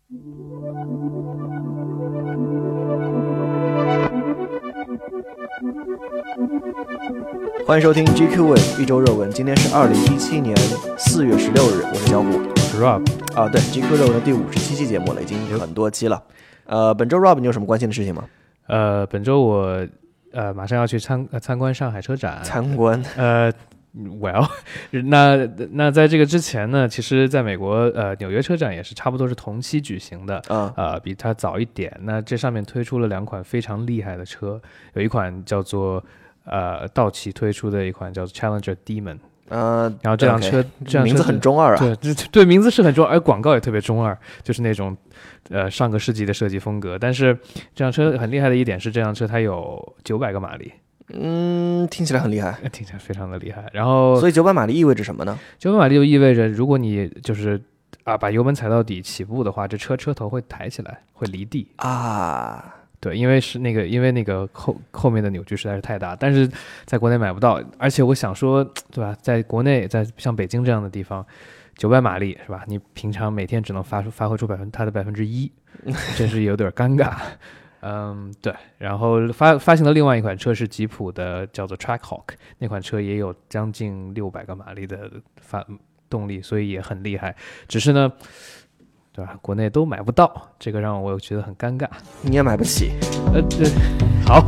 欢迎收听 GQ 问一周热文，今天是2017年4月16日，我是小虎， 我是 Rob。 对 GQ 热文的第57期节目了，已经很多期了。本周 Rob 你有什么关心的事情吗？ 本周我马上要去参观上海车展。 参观 ？Well， 那在这个之前呢，其实在美国纽约车展也是差不多是同期举行的，比它早一点。那这上面推出了2款非常厉害的车，有一款叫做道奇推出的一款叫做 Challenger Demon。然后这辆车名字很中二啊。 对，名字是很中二，而广告也特别中二，就是那种上个世纪的设计风格。但是这辆车很厉害的一点是，这辆车它有900个马力。 听起来很厉害， 听起来非常的厉害。然后， 所以900马力意味着什么呢 ？900马力就意味着，如果你就是把油门踩到底起步的话，这车头会抬起来，会离地啊。对，因为那个后面的扭矩实在是太大，但是在国内买不到。而且我想说，对吧？在国内，在像北京这样的地方，900马力是吧？你平常每天只能发挥出它的1%，真是有点尴尬。对。然后发行的另外一款车是吉普的，叫做 Trackhawk， 那款车也有将近600个马力的动力，所以也很厉害。只是呢，对吧？国内都买不到，这个让我觉得很尴尬。 你也买不起。 好。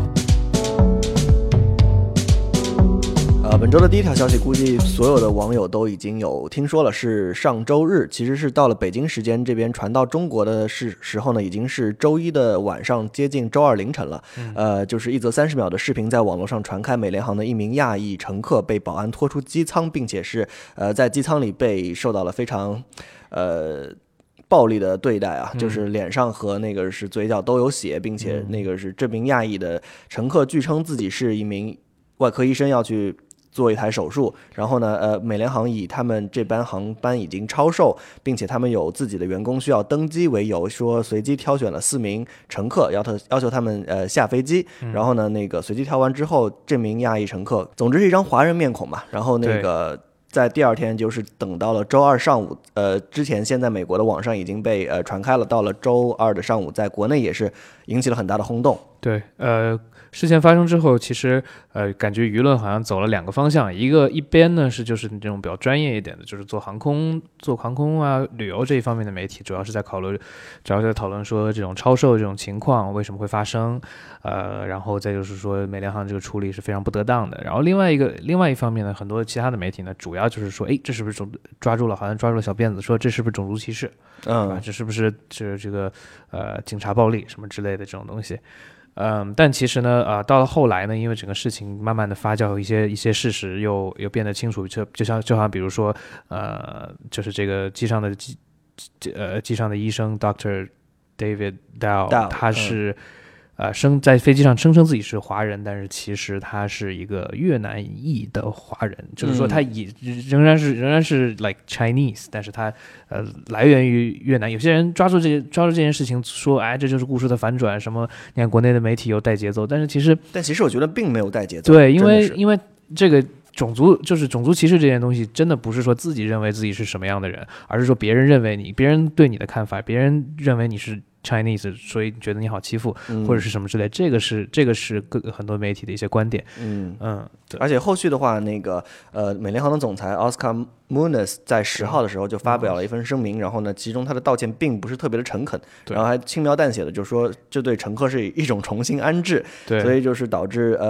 本周的第一条消息，估计所有的网友都已经有听说了，是上周日，其实是到了北京时间这边传到中国的时候呢，已经是周一的晚上，接近周二凌晨了。就是一则30秒的视频在网络上传开，美联航的一名亚裔乘客被保安拖出机舱，并且是在机舱里被受到了非常暴力的对待啊，就是脸上和那个是嘴角都有血，并且那个是这名亚裔的乘客据称自己是一名外科医生，要去做一台手术。然后呢，美联航以他们这班航班已经超售，并且他们有自己的员工需要登机为由，说随机挑选了4名乘客，要求他们下飞机。然后呢，那个随机挑完之后，这名亚裔乘客，总之是一张华人面孔嘛。然后那个在第二天，就是等到了周二上午，之前先在美国的网上已经被传开了，到了周二的上午，在国内也是引起了很大的轰动。 对，事件发生之后，其实感觉舆论好像走了2个方向，一边呢是就是这种比较专业一点的，就是做航空啊旅游这一方面的媒体，主要是在讨论说这种超售这种情况为什么会发生，然后再就是说美联航这个处理是非常不得当的。然后另外一方面呢，很多其他的媒体呢，主要就是说，这是不是好像抓住了小辫子，说这是不是种族歧视，这是不是这个警察暴力什么之类的这种东西。但其实呢，到了后来呢，因为整个事情慢慢的发酵，一些事实又变得清楚，就像比如说，就是这个机上的医生 Dr. David Dow， 他是在飞机上声称自己是华人，但是其实他是一个越南裔的华人，就是说他仍然是 like Chinese， 但是他来源于越南。有些人抓住这件事情说，这就是故事的反转，什么你看国内的媒体有带节奏，但其实我觉得并没有带节奏。对，因为这个种族歧视这件东西，真的不是说自己认为自己是什么样的人，而是说别人对你的看法，别人认为你是Chinese， 所以觉得你好欺负，或者是什么之类，这个是很多媒体的一些观点。 对。而且后续的话，那个美联航的总裁 Oscar Munoz 在10号的时候就发表了一份声明，然后呢，其中他的道歉并不是特别的诚恳，然后还轻描淡写的就说这对乘客是一种重新安置，所以就是导致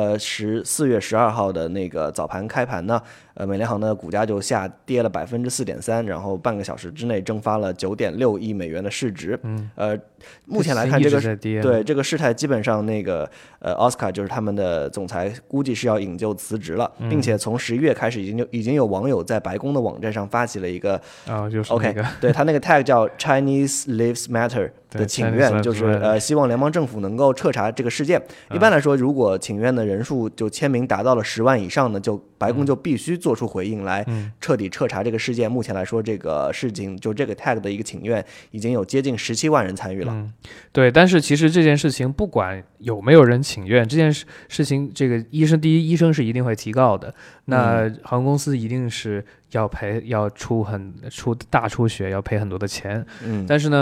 4月12号的那个早盘开盘呢，美联航的股价就下跌了 4.3%， 然后半个小时之内蒸发了 9.6亿美元的市值。目前来看，这个事态基本上那个Oscar 就是他们的总裁，估计是要引咎辞职了，并且从11月开始已经有网友在白宫的网站上发起了一个就是那个 OK， 对，他那个 tag 叫 Chinese Lives Matter 的请愿，就是希望联邦政府能够彻查这个事件。一般来说，如果请愿的人数就签名达到了10万以上呢，就白宫就必须做出回应来彻底彻查这个事件。目前来说，这个事情就这个 tag 的一个请愿已经有接近17万人参与了。 对，但是其实这件事情不管有没有人请愿，这件事情这个医生是一定会提告的，那航空公司一定是要出大出血，要赔很多的钱。但是呢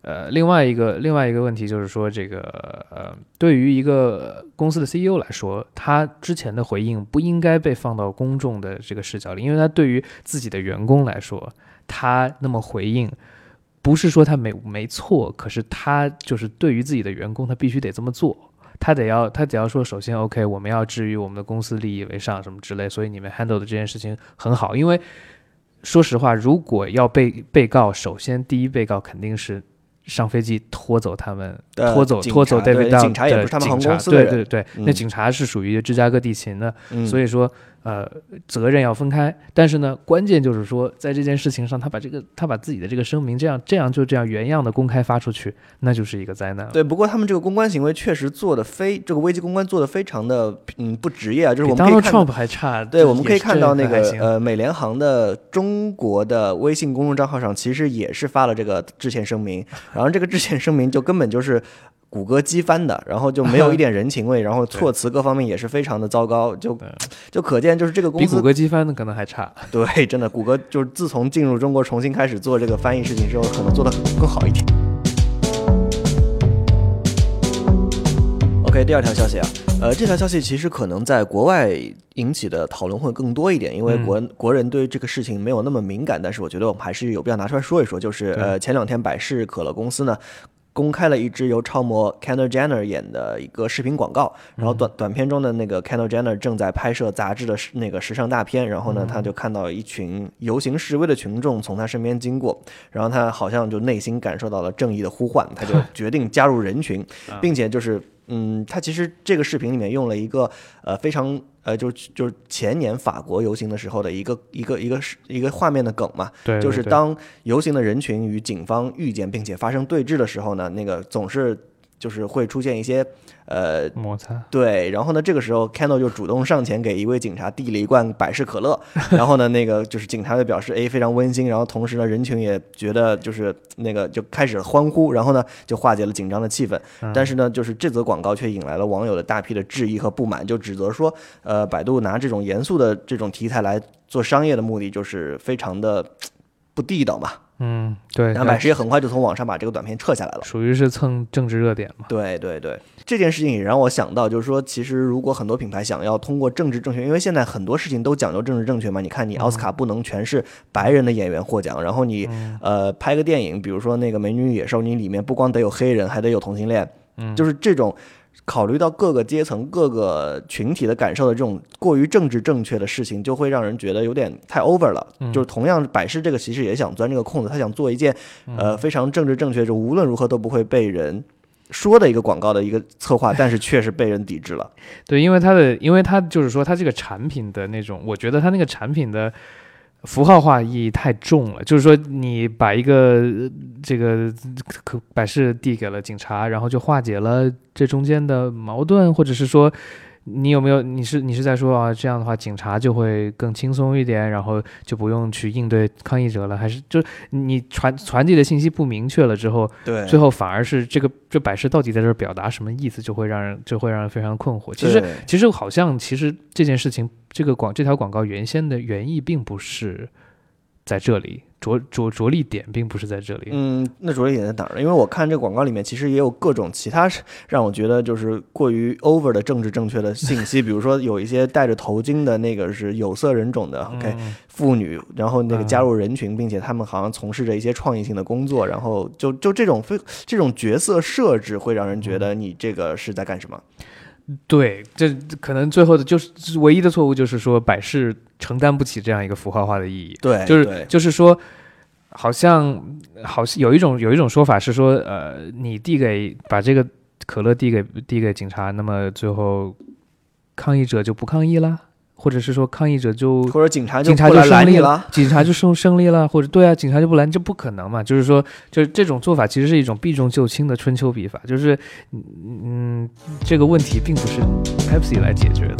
另外一个问题就是说，这个对于一个公司的 CEO 来说，他之前的回应不应该被放到公众的这个视角里，因为他对于自己的员工来说，他那么回应，不是说他没错，可是他就是对于自己的员工，他必须得这么做。他得要说，首先 OK， 我们要置于我们的公司利益为上什么之类，所以你们 handle 的这件事情很好。因为说实话，如果要被告，首先第一被告肯定是上飞机拖走他们，拖走 David Dow 警察也不是他们航空公司的人， 对，那警察是属于芝加哥地勤的，所以说责任要分开。但是呢，关键就是说，在这件事情上，他把自己的这个声明这样原样的公开发出去，那就是一个灾难了。 对，不过他们这个公关行为确实这个危机公关做的非常的不职业啊，就是我们可以看到 Donald Trump 还差。 对，我们可以看到那个美联航的中国的微信公众账号上，其实也是发了这个致歉声明，然后这个致歉声明就根本就是谷歌机翻的，然后就没有一点人情味，然后措辞各方面也是非常的糟糕，就可见就是这个公司比谷歌机翻的可能还差。 对，真的，谷歌就是自从进入中国重新开始做这个翻译事情之后，可能做得更好一点。OK， 第二条消息啊，这条消息其实可能在国外引起的讨论会更多一点，因为国人对这个事情没有那么敏感，但是我觉得我们还是有必要拿出来说一说，就是前2天百事可乐公司呢公开了一支由超模 Kendall Jenner 演的一个视频广告，然后短片中的那个 Kendall Jenner 正在拍摄杂志的那个时尚大片，然后呢，他就看到一群游行示威的群众从他身边经过，然后他好像就内心感受到了正义的呼唤，他就决定加入人群，并且就是他其实这个视频里面用了一个非常就是前年法国游行的时候的一个画面的梗嘛， 对， 就是当游行的人群与警方遇见并且发生对峙的时候呢，那个总是就是会出现一些摩擦。 对，然后呢，这个时候 Kendall 就主动上前给一位警察递了一罐百事可乐，然后呢，那个就是警察就表示非常温馨，然后同时呢，人群也觉得就是那个就开始欢呼，然后呢就化解了紧张的气氛。但是呢，就是这则广告却引来了网友的大批的质疑和不满，就指责说，百度拿这种严肃的这种题材来做商业的目的，就是非常的不地道嘛。 对， 然后百事也很快就从网上把这个短片撤下来了， 属于是蹭政治热点嘛。 对，这件事情也让我想到，就是说，其实如果很多品牌想要通过政治正确，因为现在很多事情都讲究政治正确嘛，你看你奥斯卡不能全是白人的演员获奖，然后你拍个电影，比如说那个《美女与野兽》，你里面不光得有黑人，还得有同性恋，就是这种考虑到各个阶层、各个群体的感受的这种过于政治正确的事情，就会让人觉得有点太 over 了。就是同样，百事这个其实也想钻这个空子，他想做一件非常政治正确，就无论如何都不会被人说的一个广告的一个策划，但是确实被人抵制了。 对，因为他就是说他这个产品的那种，我觉得他那个产品的符号化意义太重了，就是说你把一个这个百事递给了警察，然后就化解了这中间的矛盾，或者是说你有没有你是在说啊，这样的话警察就会更轻松一点，然后就不用去应对抗议者了，还是就你传递的信息不明确了之后， 对， 最后反而是这百事到底在这儿表达什么意思，就会让人非常困惑。其实好像这件事情这条广告原先的原意并不是在这里，着力点并不是在这里。 那着力点在哪儿呢？因为我看这个广告里面其实也有各种其他让我觉得就是过于 over 的政治正确的信息，比如说有一些戴着头巾的那个是有色人种的 OK 妇女，然后那个加入人群，并且他们好像从事着一些创意性的工作，然后就这种角色设置会让人觉得你这个是在干什么？ 对，这可能最后的就是唯一的错误，就是说百事承担不起这样一个符号化的意义。 对， 就是说，好像有一种说法是说，你把这个可乐递给警察，那么最后抗议者就不抗议了。或者是说抗议者或者警察就胜利了，警察就胜利了，或者对啊，警察就不拦，这不可能嘛？就是说，就是这种做法其实是一种避重就轻的春秋笔法，就是这个问题并不是 Pepsi 来解决的。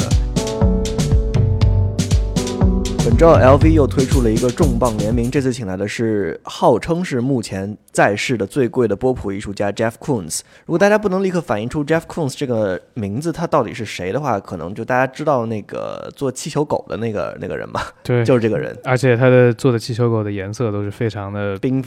本周 LV 又推出了一个重磅联名，这次请来的是号称是目前在世的最贵的波普艺术家 Jeff Koons。如果大家不能立刻反映出 Jeff Koons 这个名字他到底是谁的话，可能就大家知道那个做气球狗的那个人吧， 对， 就是这个人。 而且他做的气球狗的颜色都是非常的缤纷。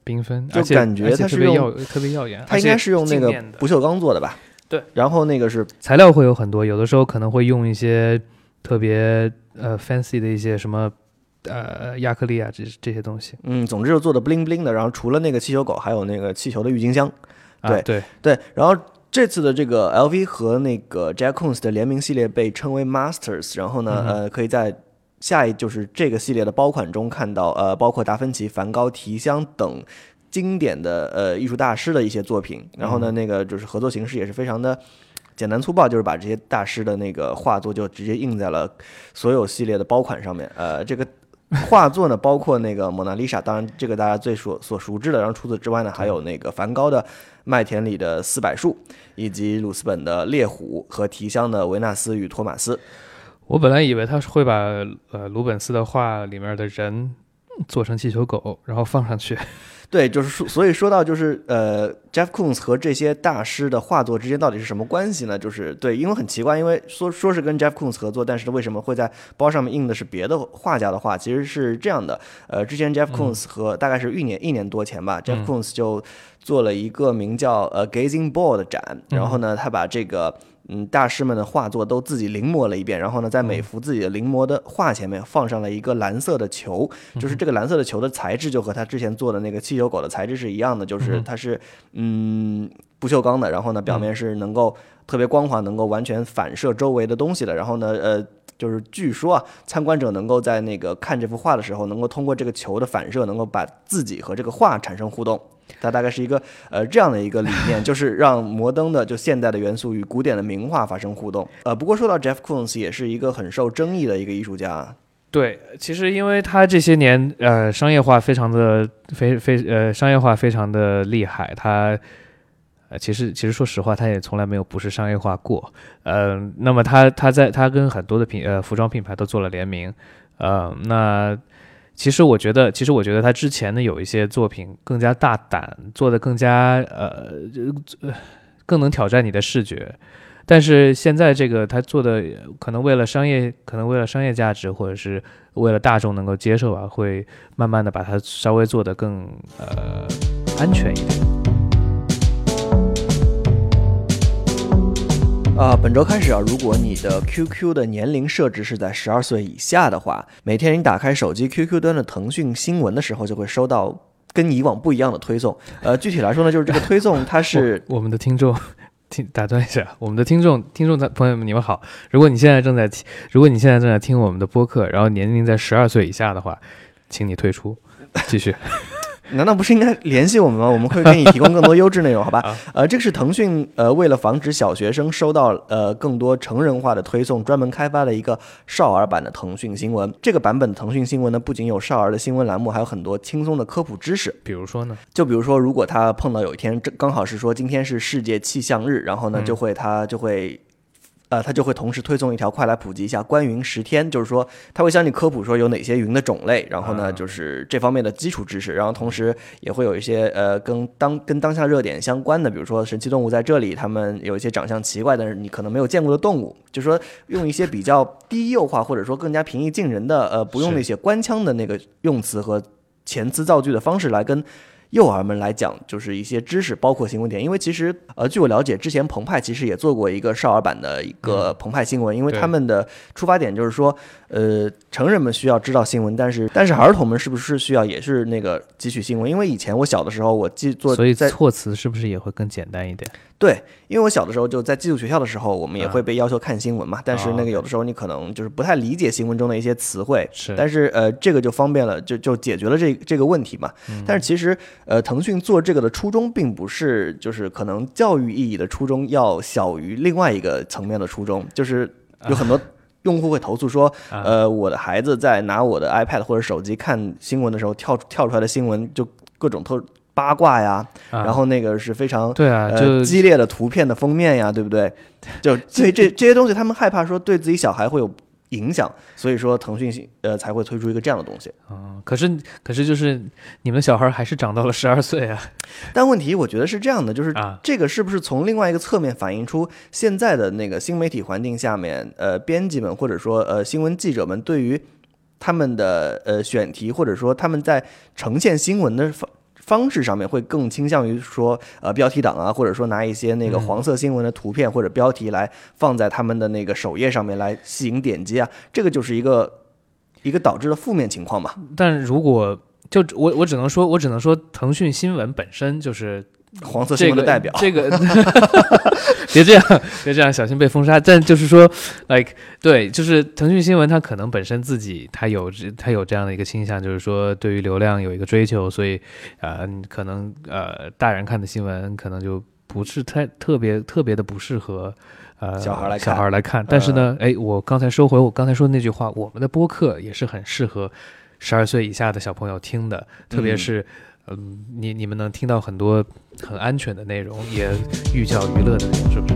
缤纷， 就感觉它是特别耀眼。 它应该是用那个不锈钢做的吧？ 对， 然后那个是材料会有很多，有的时候可能会用一些特别fancy 的一些什么亚克力啊这些东西。 总之就做的 bling bling 的。然后除了那个气球狗，还有那个气球的郁金香。 对， 然后这次的这个 LV 和那个 Jack Koons 的联名系列被称为 Masters， 然后呢，可以在就是这个系列的包款中看到包括达芬奇、梵高、提香等经典的艺术大师的一些作品。然后呢，那个就是合作形式也是非常的简单粗暴，就是把这些大师的那个画作就直接印在了所有系列的包款上面。这个画作呢，包括那个蒙娜丽莎，当然这个大家最所熟知的。然后除此之外呢，还有那个梵高的麦田里的400树，以及鲁斯本的猎虎和提香的维纳斯与托马斯。 我本来以为他会把鲁本斯的画里面的人做成气球狗，然后放上去。 对，就是所以说到就是Jeff Koons 和这些大师的画作之间到底是什么关系呢？就是对，因为很奇怪，因为说是跟 Jeff Koons 合作，但是为什么会在包上面印的是别的画家的画？其实是这样的，之前 Jeff Koons 和大概是一年多前吧，Jeff Koons 就做了一个名叫Gazing Ball 的展，然后呢，他把这个大师们的画作都自己临摹了一遍，然后呢，在每幅自己的临摹的画前面放上了一个蓝色的球，就是这个蓝色的球的材质就和他之前做的那个气球狗的材质是一样的，就是它是不锈钢的，然后呢，表面是能够特别光滑，能够完全反射周围的东西的。然后呢，就是据说参观者能够在那个看这幅画的时候，能够通过这个球的反射，能够把自己和这个画产生互动。它大概是一个这样的一个理念，就是让摩登的就现代的元素与古典的名画发生互动。不过说到 Jeff Koons 也是一个很受争议的一个艺术家。 对，其实因为他这些年商业化非常的商业化非常的厉害，他其实说实话，他也从来没有不是商业化过。那么他跟很多的服装品牌都做了联名。那其实我觉得他之前的有一些作品更加大胆，做的更加更能挑战你的视觉。但是现在这个他做的可能为了商业价值，或者是为了大众能够接受啊，会慢慢的把它稍微做得更安全一点。 本周开始如果你的 QQ 的年龄设置是在12岁以下的话，每天你打开手机 QQ 端的腾讯新闻的时候，就会收到跟以往不一样的推送。具体来说呢，就是这个推送它是我们的听众打断一下，我们的听众朋友们，你们好。如果你现在正在听我们的播客，然后年龄在12岁以下的话，请你退出，继续。 难道不是应该联系我们吗？我们会给你提供更多优质内容，好吧？这个是腾讯为了防止小学生收到更多成人化的推送，专门开发了一个少儿版的腾讯新闻。这个版本的腾讯新闻呢，不仅有少儿的新闻栏目，还有很多轻松的科普知识。 比如说呢？ 就比如说，如果他碰到有一天刚好是说今天是世界气象日，然后呢，他就会同时推送一条快来普及一下观云10天，就是说他会向你科普说有哪些云的种类，然后呢就是这方面的基础知识，然后同时也会有一些跟当下热点相关的，比如说神奇动物在这里，他们有一些长相奇怪但是你可能没有见过的动物，就是说用一些比较低幼化或者说更加平易近人的不用那些官腔的那个用词和遣词造句的方式来跟幼儿们来讲，就是一些知识，包括新闻点。因为其实据我了解，之前澎湃其实也做过一个少儿版的一个澎湃新闻，因为他们的出发点就是说成人们需要知道新闻，但是儿童们是不是需要也是那个汲取新闻？因为以前我小的时候我所以措辞是不是也会更简单一点？ 对，因为我小的时候就在寄宿学校的时候，我们也会被要求看新闻嘛，但是那个有的时候你可能就是不太理解新闻中的一些词汇，但是这个就方便了，就解决了这个问题嘛。但是其实腾讯做这个的初衷并不是就是可能教育意义的初衷要小于另外一个层面的初衷，就是有很多用户会投诉说我的孩子在拿我的 iPad 或者手机看新闻的时候跳出来的新闻就各种八卦呀，然后那个是非常激烈的图片的封面呀，对不对？就所以这些东西他们害怕说对自己小孩会有影响，所以说腾讯才会推出一个这样的东西。 可是就是你们小孩还是长到了12岁啊。 但问题我觉得是这样的，就是这个是不是从另外一个侧面反映出现在的那个新媒体环境下面，编辑们或者说新闻记者们对于他们的选题或者说他们在呈现新闻的方式上面会更倾向于说标题党啊，或者说拿一些那个黄色新闻的图片或者标题来放在他们的那个首页上面来吸引点击啊，这个就是一个导致的负面情况嘛。 但如果就我只能说腾讯新闻本身就是黄色新闻的代表， 这个别这样，小心被封杀。但就是说 ，like 对，就是腾讯新闻它可能本身自己它有这样的一个倾向，就是说对于流量有一个追求，所以可能大人看的新闻可能就不是特别的不适合小孩来看。 但是呢，我刚才收回我刚才说的那句话，我们的播客也是很适合12岁以下的小朋友听的，特别是。你们能听到很多很安全的内容，也寓教于乐的内容，是不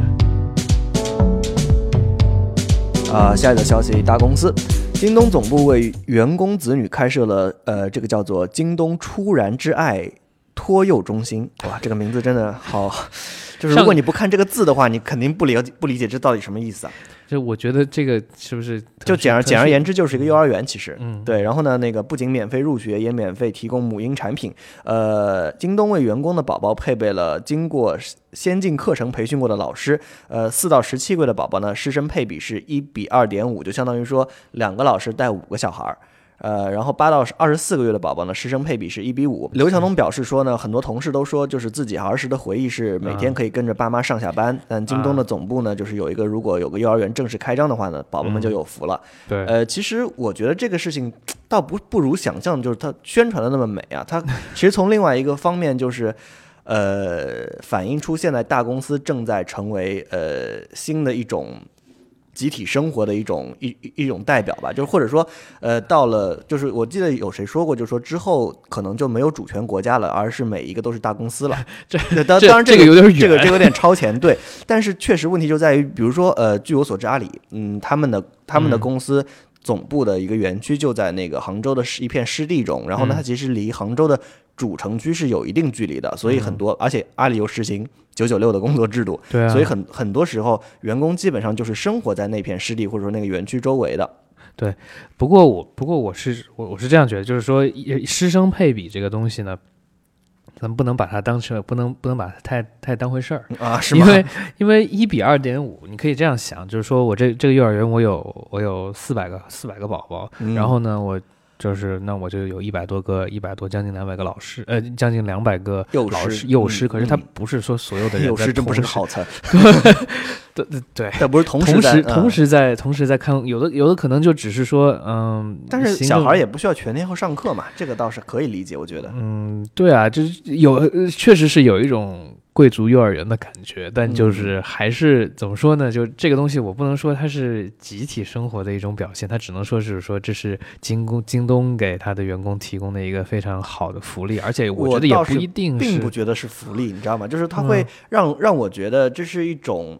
是？下一个消息，大公司京东总部为员工子女开设了这个叫做京东初然之爱托幼中心。哇，这个名字真的好，就是如果你不看这个字的话，你肯定不理解这到底什么意思啊。 就我觉得这个是不是就简而言之就是一个幼儿园，其实对。然后呢，那个不仅免费入学，也免费提供母婴产品。京东为员工的宝宝配备了经过先进课程培训过的老师。4到17个月的宝宝呢，师生配比是1:2.5，就相当于说2个老师带5个小孩。然后8到24个月的宝宝呢，师生配比是1:5。刘强东表示说呢，很多同事都说，就是自己儿时的回忆是每天可以跟着爸妈上下班，但京东的总部呢，就是如果有个幼儿园正式开张的话呢，宝宝们就有福了。 对， 其实我觉得这个事情倒不如想象，就是它宣传的那么美啊。它其实从另外一个方面就是。反映出现在大公司正在成为新的一种集体生活的一种代表吧，就是或者说到了就是我记得有谁说过，就是说之后可能就没有主权国家了，而是每一个都是大公司了。当然这个有点远， 这个有点超前，对。但是确实问题就在于，比如说据我所知，阿里他们的公司总部的一个园区就在那个杭州的一片湿地中，然后呢，它其实离杭州的主城区是有一定距离的，所以很多，而且阿里又实行996的工作制度， 对啊， 所以很多时候员工基本上就是生活在那片湿地或者说那个园区周围的。 对，不过我是这样觉得，就是说师生配比这个东西呢，咱们不能把它当成不能把它太当回事儿啊，是吗？ 因为1:2.5，你可以这样想，就是说我这个幼儿园我有400个宝宝，然后呢我就有100多将近200个老师，将近200个幼师，可是他不是说所有的人幼师真不是个好词。 对， 但不是同时在看，有的可能就只是说， 但是小孩也不需要全天候上课嘛，这个倒是可以理解，我觉得。 对啊，就是确实是有一种贵族幼儿园的感觉，但就是还是怎么说呢？就这个东西，我不能说它是集体生活的一种表现，它只能说是说这是京东给他的员工提供的一个非常好的福利，而且我觉得也不一定是， 并不觉得是福利，你知道吗？就是它会让我觉得这是一种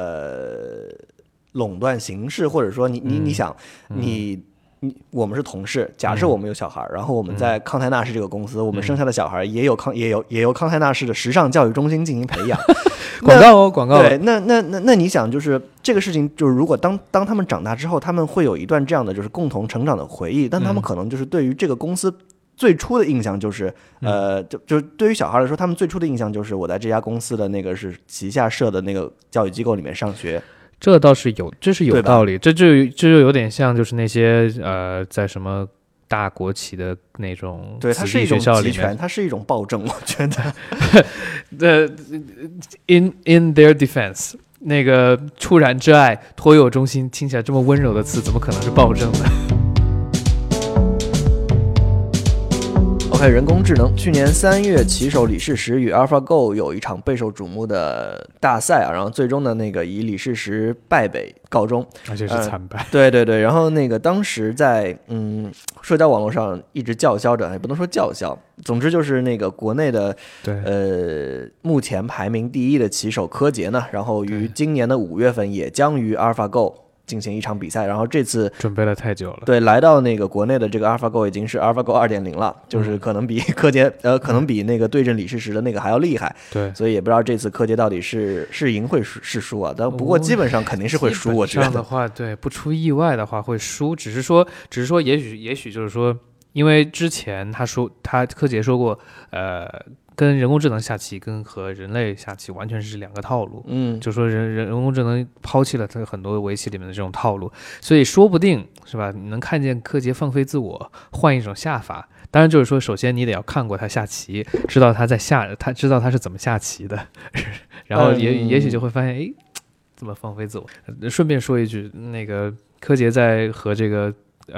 垄断形式，或者说你想我们是同事，假设我们有小孩，然后我们在康泰纳仕这个公司，我们生下的小孩也由康泰纳仕的时尚教育中心进行培养。 广告。 对，那你想，就是这个事情，就是如果当他们长大之后，他们会有一段这样的就是共同成长的回忆，但他们可能就是对于这个公司最初的印象就是就对于小孩来说，他们最初的印象就是我在这家公司的那个是旗下设的那个教育机构里面上学。 这倒是这是有道理，这就有点像就是那些在什么大国企的那种对，它是一种集权，它是一种暴政，我觉得。 in their defense， 那个初然之爱托幼中心听起来这么温柔的词，怎么可能是暴政呢 ？OK， 人工智能，去年3月，棋手李世石与 AlphaGo 有一场备受瞩目的大赛啊，然后最终的那个以李世石败北告终， 而且是惨败。 对，然后那个当时在社交网络上一直叫嚣着，也不能说叫嚣，总之就是那个国内的目前排名第1的棋手柯洁呢，然后于今年的5月份也将于 AlphaGo进行一场比赛，然后这次准备了太久了， 对，来到那个国内的这个 AlphaGo 已经是 AlphaGo 2.0 了，就是可能比柯洁可能比那个对阵李世石的那个还要厉害， 对， 所以也不知道这次柯洁到底是赢会是输啊，但不过基本上肯定是会输，我觉得。 这样的话，对，不出意外的话会输，只是说也许就是说因为之前柯洁说过，跟人工智能下棋跟和人类下棋完全是两个套路，就说人工智能抛弃了它很多围棋里面的这种套路，所以说不定是吧？你能看见柯洁放飞自我，换一种下法。当然就是说，首先你得要看过他下棋，知道他知道他是怎么下棋的，然后也许就会发现，哎，怎么放飞自我？顺便说一句，那个柯洁在和这个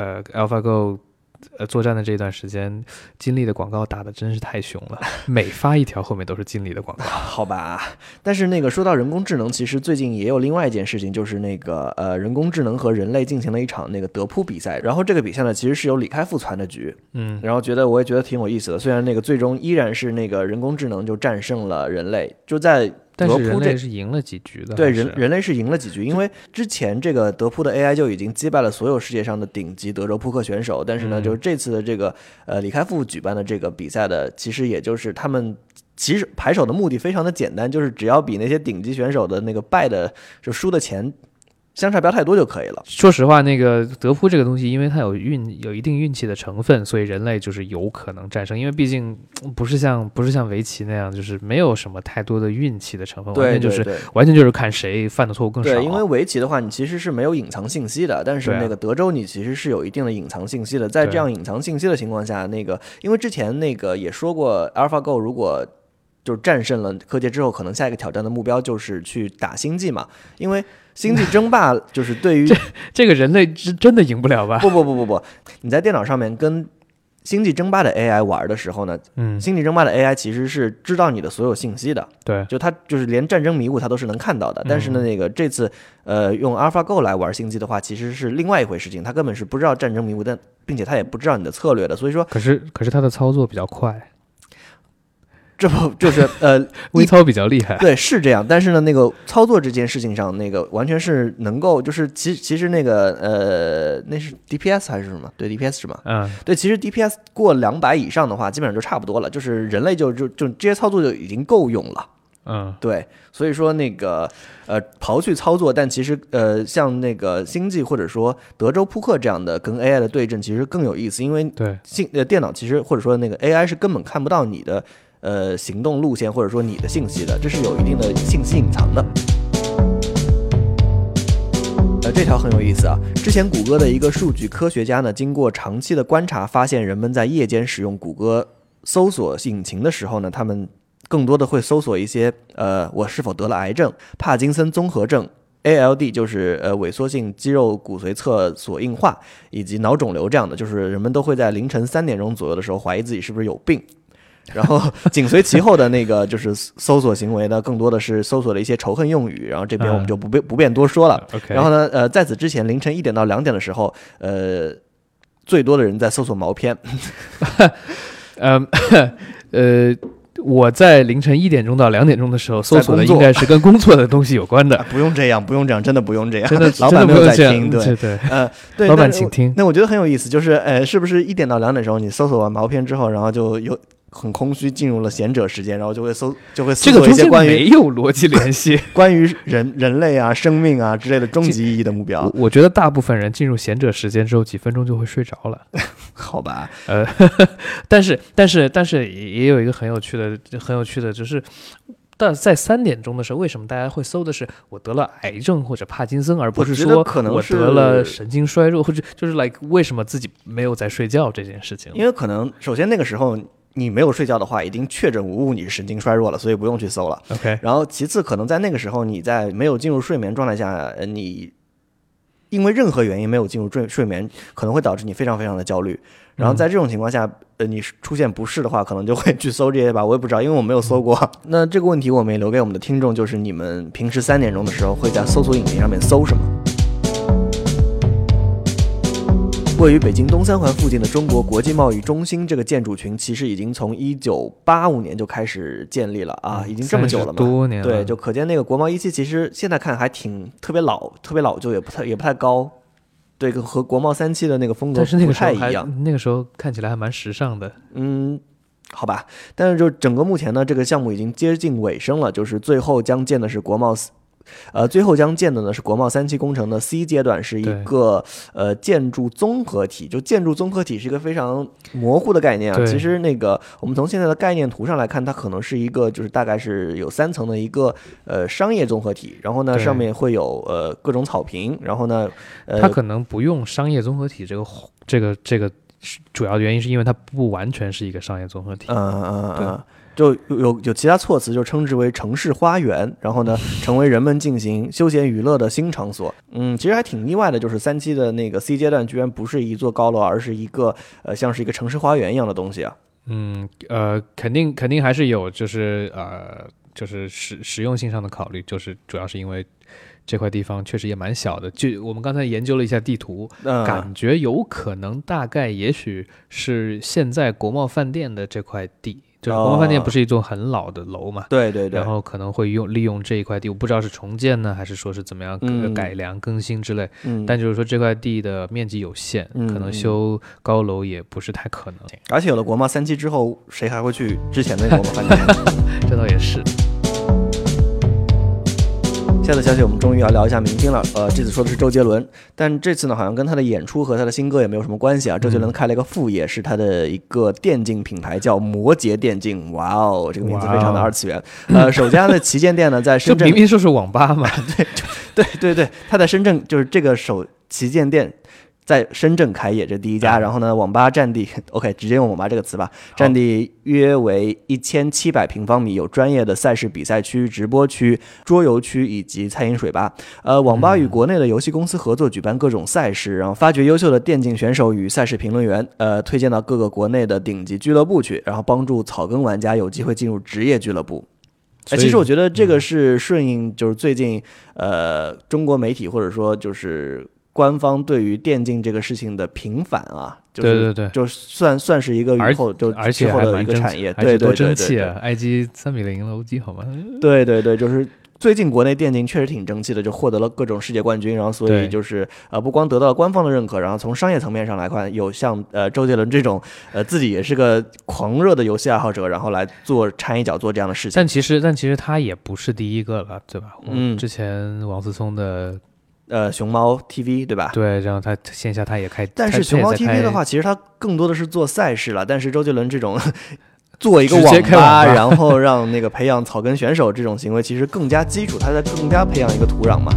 AlphaGo作战的这段时间，金立的广告打的真是太凶了，每发一条后面都是金立的广告。 好吧，但是那个说到人工智能，其实最近也有另外一件事情，就是那个人工智能和人类进行了一场那个德扑比赛，然后这个比赛呢其实是由李开复传的局，然后我也觉得挺有意思的，虽然那个最终依然是那个人工智能就战胜了人类，就在。 但是人类是赢了几局的， 对，人类是赢了几局，因为之前这个德扑的 AI 就已经击败了所有世界上的顶级德州扑克选手，但是呢，就是这次的这个李开复举办的这个比赛的，其实也就是他们其实牌手的目的非常的简单，就是只要比那些顶级选手的那个败的就输的钱相差不要太多就可以了。 说实话，那个德扑这个东西，因为它有一定运气的成分，所以人类就是有可能战胜。因为毕竟不是像围棋那样，就是没有什么太多的运气的成分，完全就是看谁犯的错误更少。 对，因为围棋的话，你其实是没有隐藏信息的，但是那个德州你其实是有一定的隐藏信息的。在这样隐藏信息的情况下，那个因为之前那个也说过 AlphaGo 如果就是战胜了柯洁之后，可能下一个挑战的目标就是去打星际嘛，因为星际争霸就是对于这个人类真的赢不了吧？ 不，你在电脑上面跟星际争霸的 AI 玩的时候呢，星际争霸的 AI 其实是知道你的所有信息的， 对， 就它就是连战争迷雾它都是能看到的。但是呢，那个这次用 AlphaGo 来玩星际的话，其实是另外一回事情，它根本是不知道战争迷雾，并且它也不知道你的策略的，所以说， 可是它的操作比较快。 这不就是微操比较厉害， 对，是这样。但是呢，那个操作这件事情上，那个完全是能够，就是其实那个那是 DPS 还是什么？对 DPS 是吗？对，其实 DPS 过200以上的话，基本上就差不多了。就是人类就这些操作就已经够用了。对，所以说那个刨去操作，但其实像那个星际或者说德州扑克这样的跟 AI 的对阵，其实更有意思，因为电脑其实或者说那个 AI 是根本看不到你的。行动路线或者说你的信息的，这是有一定的信息隐藏的。这条很有意思啊。之前谷歌的一个数据科学家呢，经过长期的观察，发现人们在夜间使用谷歌搜索引擎的时候呢，他们更多的会搜索一些我是否得了癌症、帕金森综合症、ALD 就是萎缩性肌肉骨髓侧索硬化以及脑肿瘤这样的，就是人们都会在凌晨3点钟左右的时候怀疑自己是不是有病。然后紧随其后的那个就是搜索行为呢，更多的是搜索了一些仇恨用语，然后这边我们就不便多说了。然后呢，在此之前凌晨1点到2点的时候，最多的人在搜索毛片。 我在凌晨1点钟到2点钟的时候搜索的应该是跟工作的东西有关的。 不用这样，真的不用这样， 真的老板没有在听，对， 对，老板请听。 那我觉得很有意思，就是是不是1点到2点的时候，你搜索完毛片之后，然后就有很空虚，进入了闲者时间，然后就会搜索一些关于没有逻辑联系， 关于人类啊、生命啊之类的终极意义的目标。 我觉得大部分人进入闲者时间之后，几分钟就会睡着了。 好吧， 但是也有一个很有趣的，就是但在3点钟的时候，为什么大家会搜的是我得了癌症或者帕金森，而不是说我得了神经衰弱，或者就是 为什么自己没有在睡觉这件事情？ 因为可能首先那个时候你没有睡觉的话，已经确诊无误你是神经衰弱了，所以不用去搜了。 OK， 然后其次可能在那个时候你在没有进入睡眠状态下，你因为任何原因没有进入睡眠，可能会导致你非常非常的焦虑。然后在这种情况下，你出现不适的话，可能就会去搜这些吧，我也不知道，因为我没有搜过。那这个问题我们也留给我们的听众，就是你们平时3点钟的时候会在搜索引擎上面搜什么？位于北京东三环附近的中国国际贸易中心这个建筑群，其实已经从1985年就开始建立了啊，已经这么久了嘛， 多年了。 对，就可见那个国贸1期其实现在看还挺特别老旧，也不太高。对，和国贸3期的那个风格不太一样。 那个时候看起来还蛮时尚的。 好吧，但是就整个目前呢，这个项目已经接近尾声了，就是最后将建的是国贸最后将建的呢是国贸3期工程的 C 阶段，是一个建筑综合体。就建筑综合体是一个非常模糊的概念啊。其实那个我们从现在的概念图上来看，它可能是一个就是大概是有3层的一个商业综合体，然后呢上面会有各种草坪，然后呢它可能不用商业综合体这个主要的原因是因为它不完全是一个商业综合体。 就有其他措辞就称之为城市花园，然后呢成为人们进行休闲娱乐的新场所。其实还挺意外的，就是3期的那个 C 阶段居然不是一座高楼，而是一个像是一个城市花园一样的东西啊。 肯定还是有就是实用性上的考虑，就是主要是因为这块地方确实也蛮小的，就我们刚才研究了一下地图，感觉有可能大概也许是现在国贸饭店的这块地，就是国贸饭店不是一座很老的楼嘛， 对对对， 然后可能会利用这一块地，我不知道是重建呢，还是说是怎么样改良更新之类，但就是说这块地的面积有限，可能修高楼也不是太可能。 而且有了国贸3期之后，谁还会去之前的国贸饭店？ 这倒也是。 下次消息我们终于要聊一下明星了，这次说的是周杰伦，但这次呢好像跟他的演出和他的新歌也没有什么关系啊。周杰伦开了一个副业，是他的一个电竞品牌叫摩羯电竞，哇哦，这个名字非常的二次元。首家的旗舰店呢在深圳， 明明说是网吧嘛， 对，他在深圳就是这个旗舰店。在深圳开业，这第一家，然后呢，网吧占地 ，OK， 直接用网吧这个词吧，占地约为1700平方米，有专业的赛事比赛区、直播区、桌游区以及餐饮水吧。网吧与国内的游戏公司合作，举办各种赛事，然后发掘优秀的电竞选手与赛事评论员，推荐到各个国内的顶级俱乐部去，然后帮助草根玩家有机会进入职业俱乐部。其实我觉得这个是顺应就是最近中国媒体或者说就是官方对于电竞这个事情的平反啊，就是对， 就算是一个以后就之后的一个产业，对， 多争气啊 ！IG 3-0了 OG 好吗？ 对，就是最近国内电竞确实挺争气的，就获得了各种世界冠军，然后所以就是不光得到了官方的认可，然后从商业层面上来看，有像周杰伦这种自己也是个狂热的游戏爱好者，然后来掺一脚做这样的事情。 但其实他也不是第一个了，对吧？之前王思聪的。 熊猫 TV 对吧？ 对，然后他线下他也开， 但是熊猫 TV 的话，其实他更多的是做赛事了。但是周杰伦这种做一个网吧，然后让那个培养草根选手这种行为，其实更加基础，他在更加培养一个土壤嘛。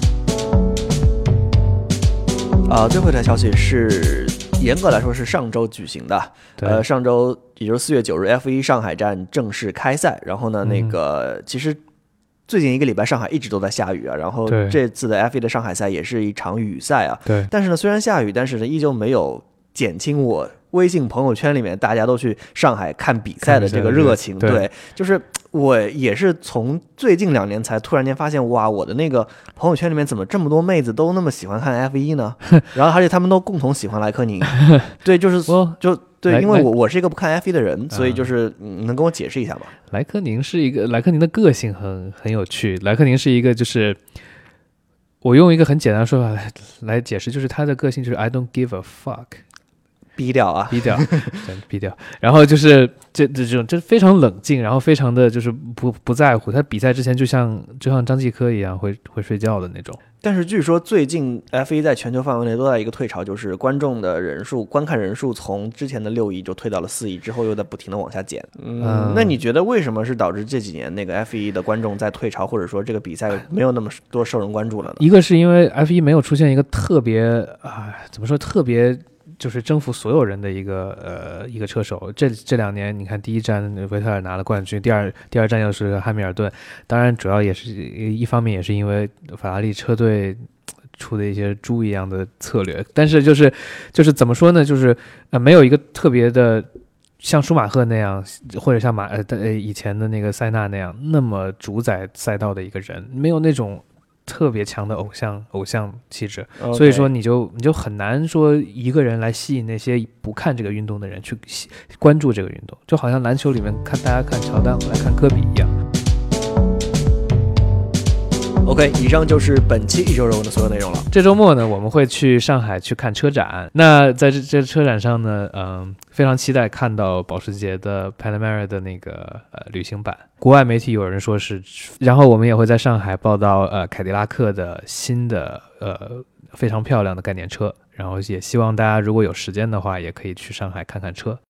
最后一条消息是，严格来说是上周举行的。上周也就是4月9日 F1 上海站正式开赛，然后呢，那个其实。最近1个礼拜上海一直都在下雨啊，然后这次的 F1 的上海赛也是一场雨赛啊。 对， 但是呢，虽然下雨，但是呢，依旧没有减轻我微信朋友圈里面大家都去上海看比赛的这个热情。对，就是我也是从最近2年才突然间发现，哇，我的那个朋友圈里面怎么这么多妹子都那么喜欢看 F1 呢？然后而且他们都共同喜欢莱科宁。对，就是对，因为我是一个不看 F1 的人，所以就是能跟我解释一下吗？ 莱科宁的个性很有趣。莱科宁是一个就是我用一个很简单的说法来解释，就是他的个性就是 I don't give a fuck。 逼掉啊， 逼掉，然后就是这种非常冷静，然后非常的就是不在乎。他比赛之前就像张继科一样会睡觉的那种。 但是据说最近 F1 在全球范围内都在一个退潮，就是观看人数从之前的6亿就退到了4亿，之后又在不停的往下减。那你觉得为什么是导致这几年那个 F1 的观众在退潮，或者说这个比赛没有那么多受人关注了呢？ 一个是因为 F1 没有出现一个特别怎么说特别。就是征服所有人的一个车手。这2年你看，第一站维特尔拿了冠军，第二站又是汉密尔顿。当然主要也是一方面也是因为法拉利车队出的一些猪一样的策略，但是就是怎么说呢，就是没有一个特别的像舒马赫那样，或者像以前的那个塞纳那样那么主宰赛道的一个人，没有那种特别强的偶像气质，所以说你就很难说一个人来吸引那些不看这个运动的人去关注这个运动，就好像篮球里面大家看乔丹来看科比一样。 OK， 以上就是本期一周人文的所有内容了。 这周末呢，我们会去上海去看车展。那在这车展上呢，非常期待看到保时捷的 Panamera 的那个旅行版。国外媒体有人说是，然后我们也会在上海报道凯迪拉克的新的非常漂亮的概念车。然后也希望大家如果有时间的话，也可以去上海看看车。